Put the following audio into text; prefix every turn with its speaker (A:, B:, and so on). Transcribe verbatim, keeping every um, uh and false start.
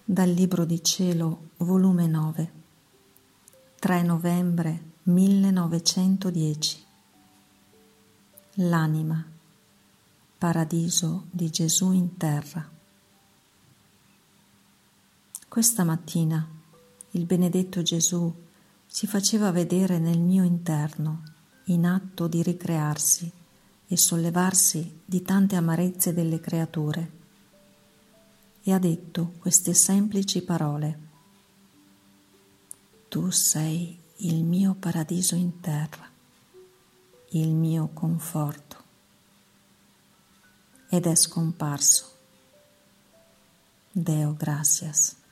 A: Dal Libro di Cielo, volume nove, tre novembre millenovecentodieci. L'anima, paradiso di Gesù in terra. Questa mattina il benedetto Gesù si faceva vedere nel mio interno, in atto di ricrearsi e sollevarsi di tante amarezze delle creature, e ha detto queste semplici parole: tu sei il mio paradiso in terra, il mio conforto. Ed è scomparso. Deo gracias.